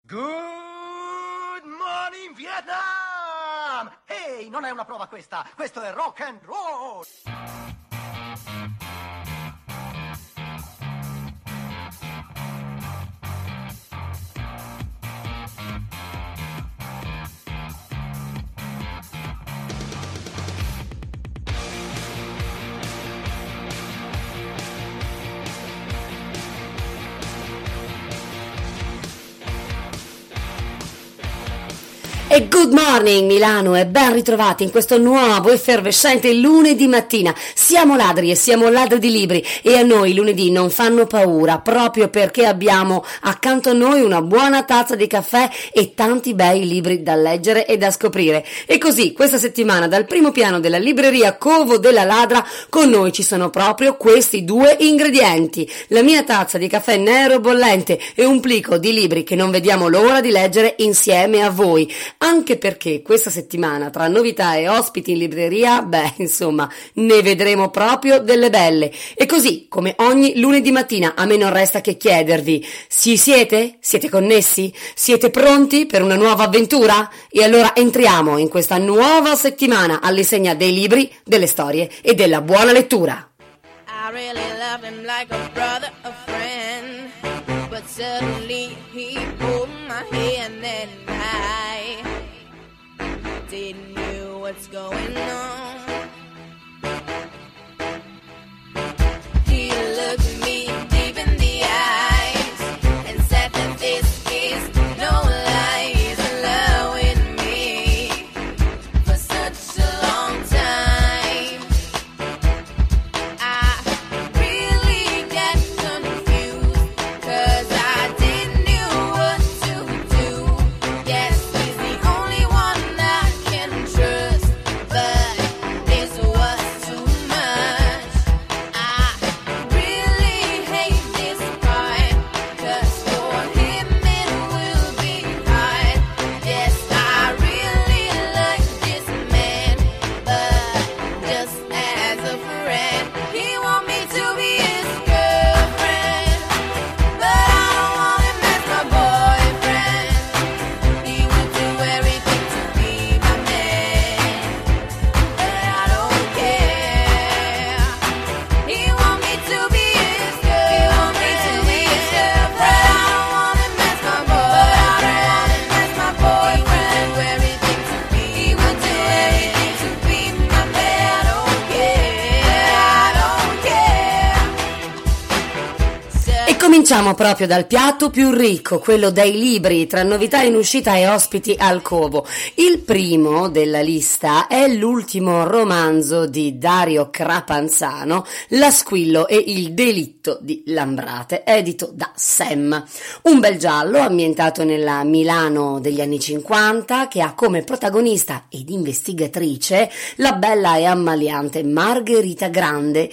Good morning Vietnam! Ehi, non è una prova questa, questo è rock and roll! E good morning Milano e ben ritrovati in questo nuovo effervescente lunedì mattina. Siamo ladri e siamo ladri di libri e a noi i lunedì non fanno paura proprio perché abbiamo accanto a noi una buona tazza di caffè e tanti bei libri da leggere e da scoprire. E così questa settimana dal primo piano della libreria Covo della Ladra con noi ci sono proprio questi due ingredienti: la mia tazza di caffè nero bollente e un plico di libri che non vediamo l'ora di leggere insieme a voi. Anche perché questa settimana tra novità e ospiti in libreria, insomma, ne vedremo proprio delle belle. E così, come ogni lunedì mattina, a me non resta che chiedervi: ci siete? Siete connessi? Siete pronti per una nuova avventura? E allora entriamo in questa nuova settimana all'insegna dei libri, delle storie e della buona lettura. I really loved him like a brother, a friend, but suddenly he pulled my hand and I didn't know what's going on. He looked me deep in the eyes and said that this is no lie. He's in love with me for such a long time. I really get confused 'cause I didn't know what to do. Yes, he's the only one I can trust, but this was too much. I really hate this part, 'cause for him it will be hard. Yes, I really like this man, but just as a friend. He want me to be his girlfriend, but I don't want him as my boyfriend. He would do everything to be my man, but I don't care. He want me to be his girlfriend, but I don't want him as my boyfriend. Do everything to be. He would do everything to be my man. I don't care. E cominciamo proprio dal piatto più ricco, quello dei libri, tra novità in uscita e ospiti al Covo. Il primo della lista è l'ultimo romanzo di Dario Crapanzano, La Squillo e il delitto di Lambrate, edito da Sam. Un bel giallo ambientato nella Milano degli anni 50 che ha come protagonista ed investigatrice la bella e ammaliante Margherita Grande,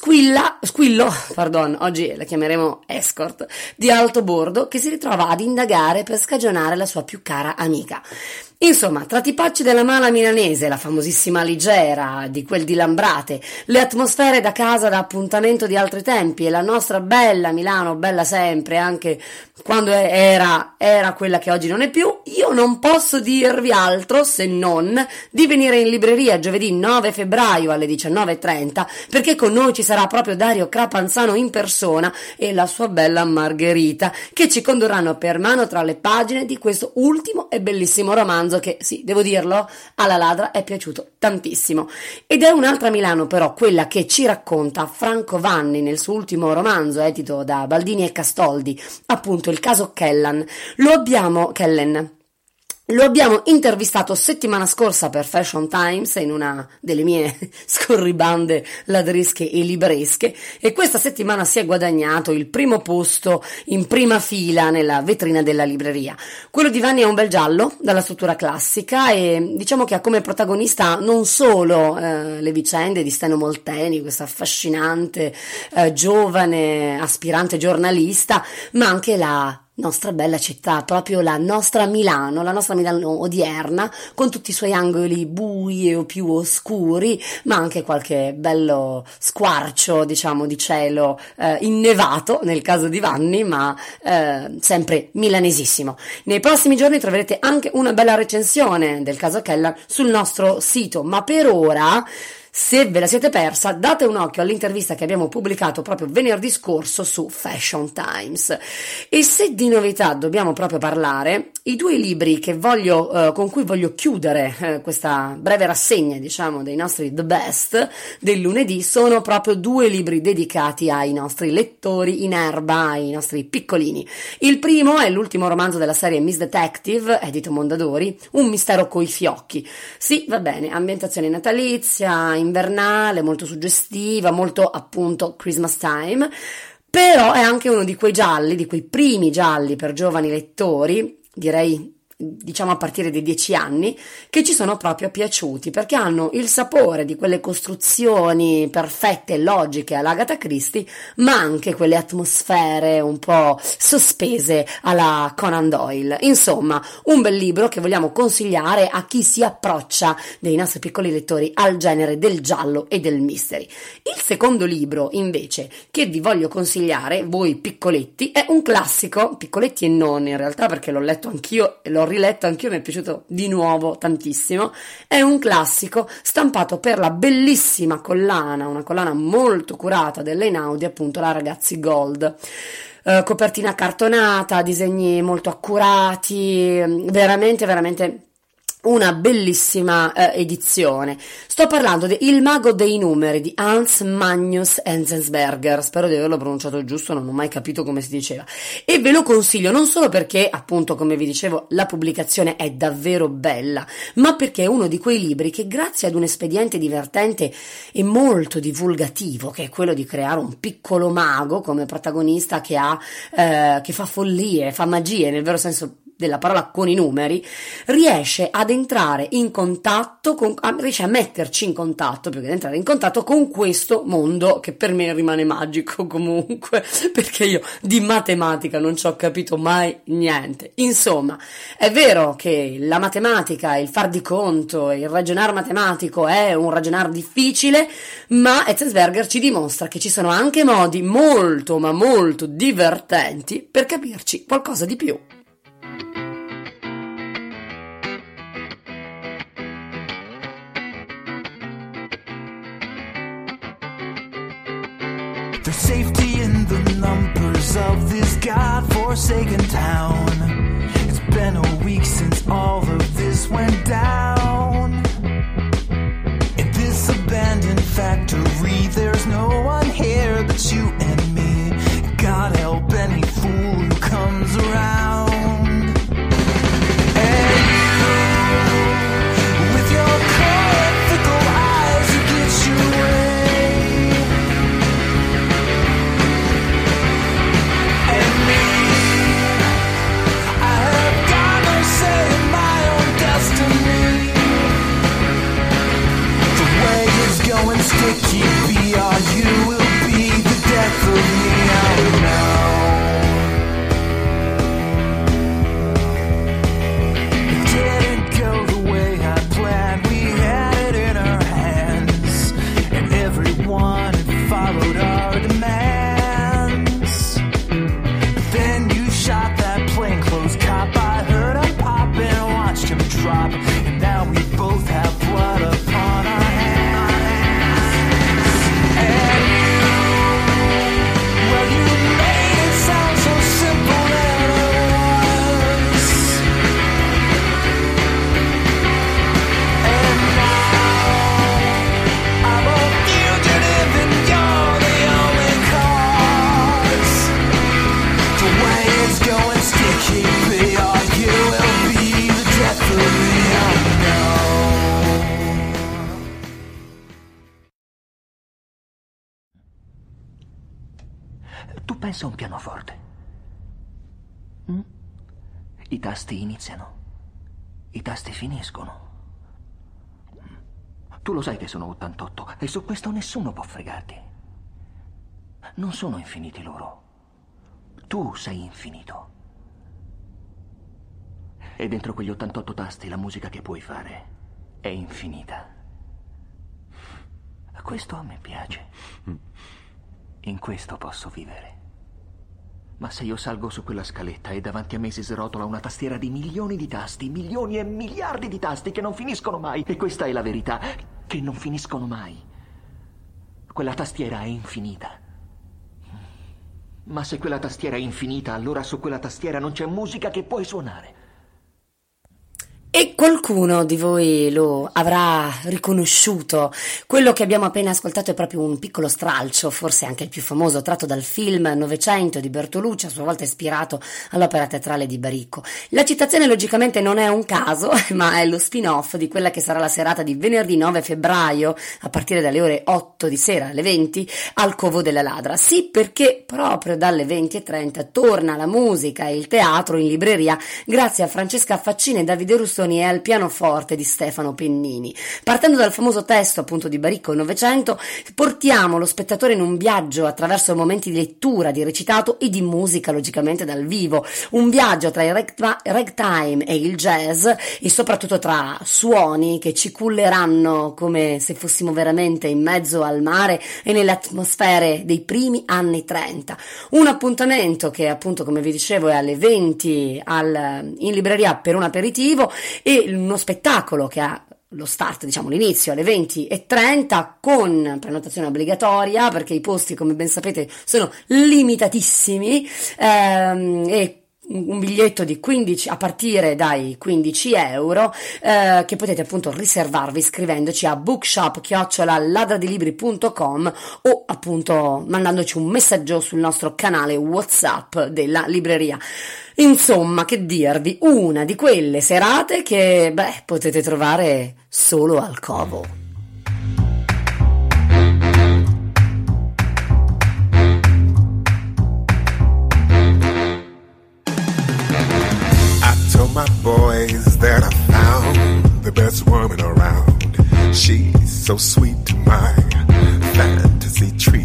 oggi la chiameremo escort, di alto bordo che si ritrova ad indagare per scagionare la sua più cara amica. Insomma, tra tipacci della mala milanese, la famosissima Ligera, di quel di Lambrate, le atmosfere da casa da appuntamento di altri tempi e la nostra bella Milano, bella sempre, anche quando era quella che oggi non è più, io non posso dirvi altro se non di venire in libreria giovedì 9 febbraio alle 19:30, perché con noi ci sarà proprio Dario Crapanzano in persona e la sua bella Margherita, che ci condurranno per mano tra le pagine di questo ultimo e bellissimo romanzo che, sì, devo dirlo, alla Ladra è piaciuto tantissimo. Ed è un'altra Milano però quella che ci racconta Franco Vanni nel suo ultimo romanzo edito da Baldini e Castoldi, appunto Il caso Kellen. Lo abbiamo intervistato settimana scorsa per Fashion Times in una delle mie scorribande ladresche e libresche, e questa settimana si è guadagnato il primo posto in prima fila nella vetrina della libreria. Quello di Vanni è un bel giallo dalla struttura classica e diciamo che ha come protagonista non solo le vicende di Steno Molteni, questa affascinante giovane aspirante giornalista, ma anche la nostra bella città, proprio la nostra Milano odierna, con tutti i suoi angoli bui o più oscuri, ma anche qualche bello squarcio, diciamo, di cielo innevato nel caso di Vanni, ma sempre milanesissimo. Nei prossimi giorni troverete anche una bella recensione del caso Keller sul nostro sito, ma per ora, se ve la siete persa, date un occhio all'intervista che abbiamo pubblicato proprio venerdì scorso su Fashion Times. E se di novità dobbiamo proprio parlare, i due libri che con cui voglio chiudere questa breve rassegna, diciamo, dei nostri The Best del lunedì, sono proprio due libri dedicati ai nostri lettori in erba, ai nostri piccolini. Il primo è l'ultimo romanzo della serie Miss Detective, edito Mondadori, Un mistero coi fiocchi. Sì, va bene, ambientazione natalizia, invernale, molto suggestiva, molto appunto Christmas time, però è anche uno di quei gialli, di quei primi gialli per giovani lettori, direi diciamo a partire dai 10 anni, che ci sono proprio piaciuti, perché hanno il sapore di quelle costruzioni perfette e logiche all'Agatha Christie, ma anche quelle atmosfere un po' sospese alla Conan Doyle. Insomma, un bel libro che vogliamo consigliare a chi si approccia, dei nostri piccoli lettori, al genere del giallo e del mystery. Il secondo libro, invece, che vi voglio consigliare, voi piccoletti, è un classico, piccoletti e non in realtà, perché l'ho letto anch'io e l'ho riletto anch'io, mi è piaciuto di nuovo tantissimo. È un classico stampato per la bellissima collana, una collana molto curata dell'Einaudi, appunto la Ragazzi Gold. Copertina cartonata, disegni molto accurati, veramente veramente una bellissima edizione. Sto parlando di Il mago dei numeri di Hans Magnus Enzensberger, spero di averlo pronunciato giusto, non ho mai capito come si diceva, e ve lo consiglio non solo perché, appunto, come vi dicevo, la pubblicazione è davvero bella, ma perché è uno di quei libri che, grazie ad un espediente divertente e molto divulgativo, che è quello di creare un piccolo mago come protagonista che fa follie, fa magie nel vero senso della parola con i numeri, riesce ad entrare in contatto riesce a metterci in contatto, più che ad entrare in contatto con questo mondo che per me rimane magico comunque, perché io di matematica non ci ho capito mai niente. Insomma, è vero che la matematica, il far di conto, il ragionar matematico è un ragionar difficile, ma Enzensberger ci dimostra che ci sono anche modi molto ma molto divertenti per capirci qualcosa di più. There's safety in the numbers of this God-forsaken town. It's been a week since all of this went down. In this abandoned factory, there's no one here but you and me. God help any fool who comes around. And you, with your cold, fickle eyes, you get your way. Sticky BRU will be the death of me, I know. It didn't go the way I planned, we had it in our hands, and everyone had followed our demands. But then you shot that plainclothes cop, I heard him pop and watched him drop, and now we both have blood upon our hands. Tu pensa a un pianoforte. I tasti iniziano, i tasti finiscono. Tu lo sai che sono 88 e su questo nessuno può fregarti. Non sono infiniti loro. Tu sei infinito. E dentro quegli 88 tasti la musica che puoi fare è infinita. Questo a me piace. In questo posso vivere. Ma se io salgo su quella scaletta e davanti a me si srotola una tastiera di milioni di tasti, milioni e miliardi di tasti che non finiscono mai, e questa è la verità, che non finiscono mai. Quella tastiera è infinita. Ma se quella tastiera è infinita, allora su quella tastiera non c'è musica che puoi suonare. E qualcuno di voi lo avrà riconosciuto. Quello che abbiamo appena ascoltato è proprio un piccolo stralcio, forse anche il più famoso, tratto dal film Novecento di Bertolucci, a sua volta ispirato all'opera teatrale di Baricco. La citazione logicamente non è un caso, ma è lo spin-off di quella che sarà la serata di venerdì 9 febbraio, a partire dalle ore 8 di sera alle 20, al Covo della Ladra. Sì, perché proprio dalle 20:30 torna la musica e il teatro in libreria, grazie a Francesca Faccini e Davide Russo e al pianoforte di Stefano Pennini. Partendo dal famoso testo appunto di Baricco Novecento, portiamo lo spettatore in un viaggio attraverso momenti di lettura, di recitato e di musica logicamente dal vivo, un viaggio tra il ragtime e il jazz e soprattutto tra suoni che ci culleranno come se fossimo veramente in mezzo al mare e nelle atmosfere dei primi anni 30. Un appuntamento che appunto, come vi dicevo, è alle 20 in libreria per un aperitivo, e uno spettacolo che ha lo start, diciamo l'inizio alle 20:30 con prenotazione obbligatoria, perché i posti, come ben sapete, sono limitatissimi, e un biglietto di 15 a partire dai 15 euro, che potete appunto riservarvi scrivendoci a bookshop@ladradilibri.com o appunto mandandoci un messaggio sul nostro canale WhatsApp della libreria. Insomma, che dirvi, una di quelle serate che potete trovare solo al Covo. Told my boys that I found the best woman around. She's so sweet to my fantasy treat.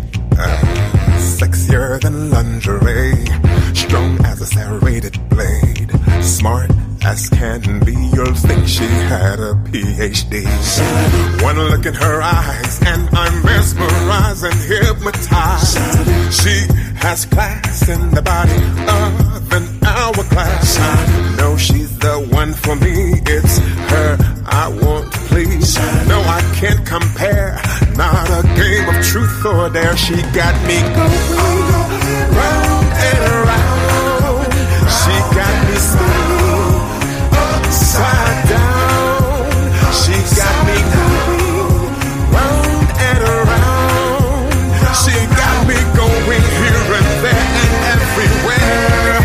Sexier than lingerie, strong as a serrated blade, smart as can be. You'll think she had a PhD. One look in her eyes and I'm mesmerized and hypnotized. She has class in the body of an hourglass. I know she's the one for me. It's her I want to please. No, I can't compare. Not a game of truth or dare. She got me going round and around. She got me spinning upside down. She got me going round and around. She got me going here and there and everywhere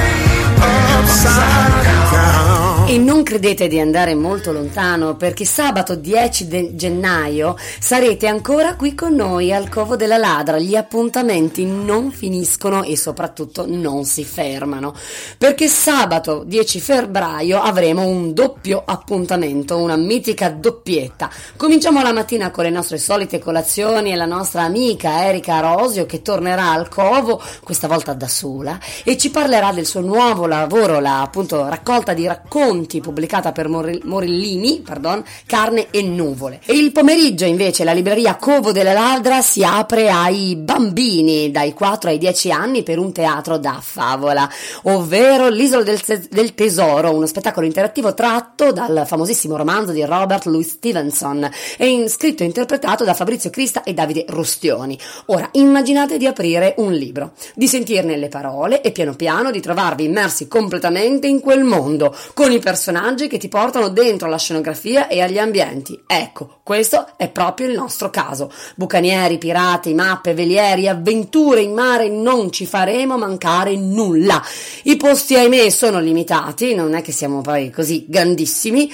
upside down. E non credete di andare molto lontano, perché sabato 10 gennaio sarete ancora qui con noi al Covo della Ladra. Gli appuntamenti non finiscono e soprattutto non si fermano, perché sabato 10 febbraio avremo un doppio appuntamento, una mitica doppietta. Cominciamo la mattina con le nostre solite colazioni e la nostra amica Erika Rosio, che tornerà al Covo, questa volta da sola, e ci parlerà del suo nuovo lavoro, la appunto raccolta di racconti pubblicata per Morellini, Carne e nuvole. E il pomeriggio invece la libreria Covo della Ladra si apre ai bambini dai 4 ai 10 anni per un teatro da favola, ovvero l'Isola del Tesoro, uno spettacolo interattivo tratto dal famosissimo romanzo di Robert Louis Stevenson e scritto e interpretato da Fabrizio Crista e Davide Rostioni. Ora immaginate di aprire un libro, di sentirne le parole e piano piano di trovarvi immersi completamente in quel mondo, con i personaggi che ti portano dentro alla scenografia e agli ambienti. Ecco, questo è proprio il nostro caso. Bucanieri, pirati, mappe, velieri, avventure in mare, non ci faremo mancare nulla. I posti, ahimè, sono limitati, non è che siamo poi così grandissimi,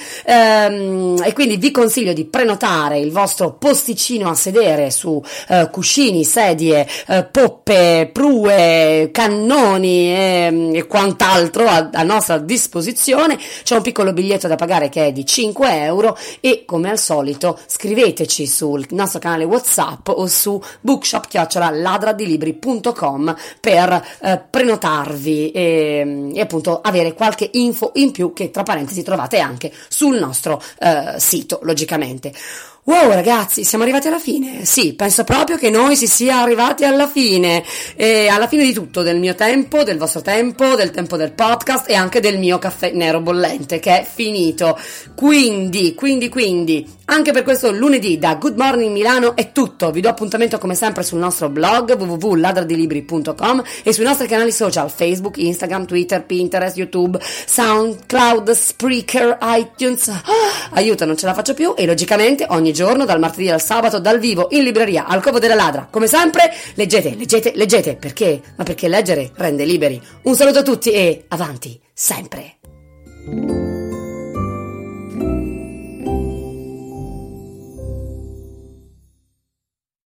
e quindi vi consiglio di prenotare il vostro posticino a sedere su cuscini, sedie, poppe, prue, cannoni e quant'altro a nostra disposizione. c'è un piccolo biglietto da pagare che è di 5 euro e come al solito scriveteci sul nostro canale WhatsApp o su bookshop@ladradilibri.com per prenotarvi e appunto avere qualche info in più che tra parentesi trovate anche sul nostro sito, logicamente. Wow ragazzi, siamo arrivati alla fine? Sì, penso proprio che noi si sia arrivati alla fine di tutto, del mio tempo, del vostro tempo, del tempo del podcast e anche del mio caffè nero bollente che è finito. Quindi, anche per questo lunedì da Good Morning Milano è tutto. Vi do appuntamento come sempre sul nostro blog www.ladradilibri.com e sui nostri canali social Facebook, Instagram, Twitter, Pinterest, YouTube, SoundCloud, Spreaker, iTunes. Aiuto, non ce la faccio più. E logicamente ogni giorno dal martedì al sabato dal vivo in libreria al Covo della Ladra. Come sempre leggete, perché? Ma perché leggere rende liberi. Un saluto a tutti e avanti sempre.